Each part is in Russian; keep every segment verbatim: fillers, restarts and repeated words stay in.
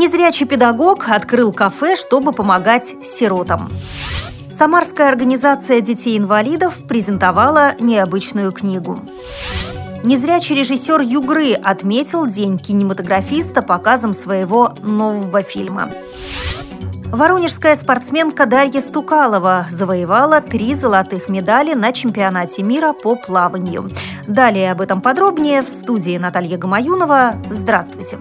Незрячий педагог открыл кафе, чтобы помогать сиротам. Самарская организация детей-инвалидов презентовала необычную книгу. Незрячий режиссер Югры отметил День кинематографиста показом своего нового фильма. Воронежская спортсменка Дарья Стукалова завоевала три золотых медали на чемпионате мира по плаванию. Далее об этом подробнее в студии Наталья Гамаюнова. Здравствуйте!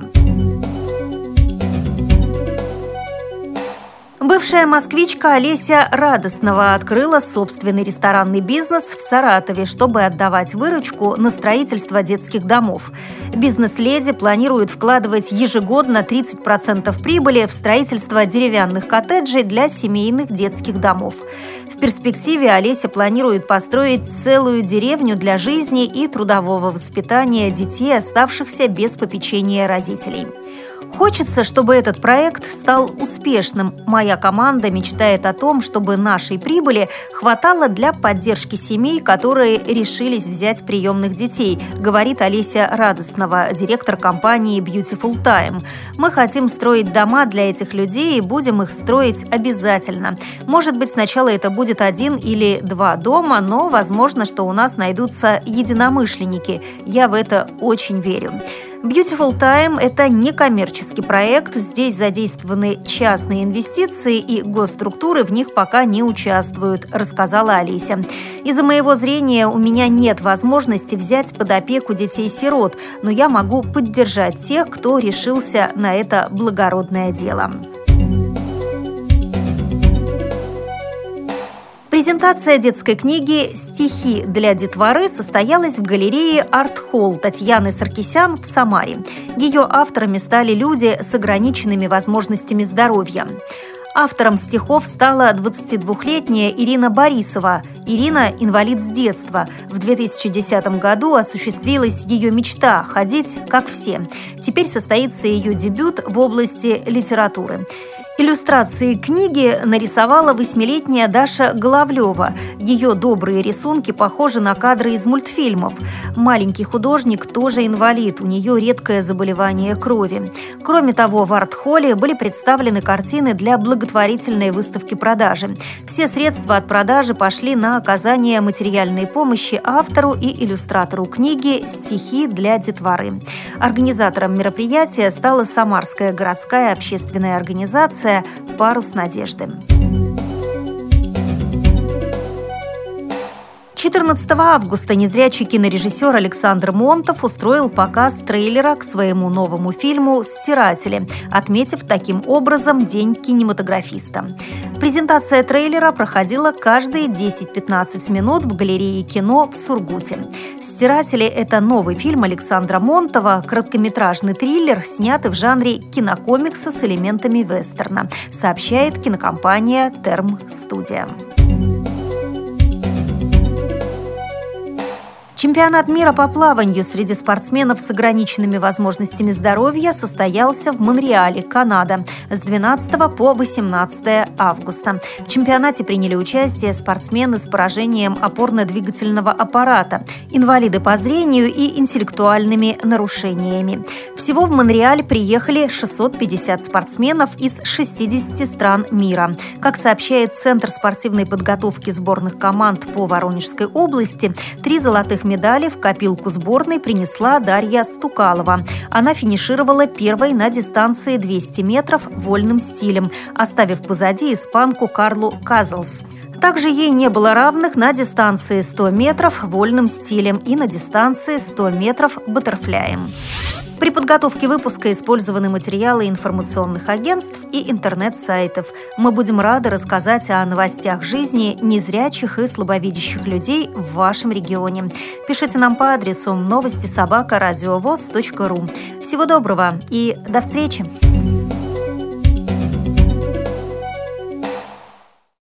Бывшая москвичка Олеся Радостнова открыла собственный ресторанный бизнес в Саратове, чтобы отдавать выручку на строительство детских домов. Бизнес-леди планирует вкладывать ежегодно тридцать процентов прибыли в строительство деревянных коттеджей для семейных детских домов. В перспективе Олеся планирует построить целую деревню для жизни и трудового воспитания детей, оставшихся без попечения родителей. Хочется, чтобы этот проект стал успешным. Моя команда мечтает о том, чтобы нашей прибыли хватало для поддержки семей, которые решились взять приемных детей, говорит Олеся Радостнова, директор компании Beautiful Time. Мы хотим строить дома для этих людей и будем их строить обязательно. Может быть, сначала это будет один или два дома, но возможно, что у нас найдутся единомышленники. Я в это очень верю. Beautiful Time – это некоммерческий проект. Здесь задействованы частные инвестиции, и госструктуры в них пока не участвуют, рассказала Олеся. Из-за моего зрения у меня нет возможности взять под опеку детей-сирот, но я могу поддержать тех, кто решился на это благородное дело. Презентация детской книги «Стихи для детворы» состоялась в галерее «Арт-холл» Татьяны Саркисян в Самаре. Ее авторами стали люди с ограниченными возможностями здоровья. Автором стихов стала двадцатидвухлетняя Ирина Борисова. Ирина – инвалид с детства. В две тысячи десятом году осуществилась ее мечта – ходить как все. Теперь состоится ее дебют в области литературы. Иллюстрации книги нарисовала восьмилетняя Даша Головлева. Ее добрые рисунки похожи на кадры из мультфильмов. Маленький художник тоже инвалид, у нее редкое заболевание крови. Кроме того, в арт-холле были представлены картины для благотворительной выставки-продажи. Все средства от продажи пошли на оказание материальной помощи автору и иллюстратору книги «Стихи для детворы». Организатором мероприятия стала Самарская городская общественная организация «Парус надежды». четырнадцатого августа незрячий кинорежиссер Александр Монтов устроил показ трейлера к своему новому фильму «Стиратели», отметив таким образом День кинематографиста. Презентация трейлера проходила каждые десять-пятнадцать минут в галерее кино в Сургуте. «Стиратели» – это новый фильм Александра Монтова, короткометражный триллер, снятый в жанре кинокомикса с элементами вестерна, сообщает кинокомпания «Терм Студия». Чемпионат мира по плаванию среди спортсменов с ограниченными возможностями здоровья состоялся в Монреале, Канада, с двенадцатого по восемнадцатое августа. В чемпионате приняли участие спортсмены с поражением опорно-двигательного аппарата, инвалиды по зрению и интеллектуальными нарушениями. Всего в Монреаль приехали шестьсот пятьдесят спортсменов из шестидесяти стран мира. Как сообщает Центр спортивной подготовки сборных команд по Воронежской области, три золотых медали в копилку сборной принесла Дарья Стукалова. Она финишировала первой на дистанции двести метров вольным стилем, оставив позади испанку Карлу Казлс. Также ей не было равных на дистанции сто метров вольным стилем и на дистанции сто метров баттерфляем. При подготовке выпуска использованы материалы информационных агентств и интернет-сайтов. Мы будем рады рассказать о новостях жизни незрячих и слабовидящих людей в вашем регионе. Пишите нам по адресу новости собака радиовоз точка ру. Всего доброго и до встречи!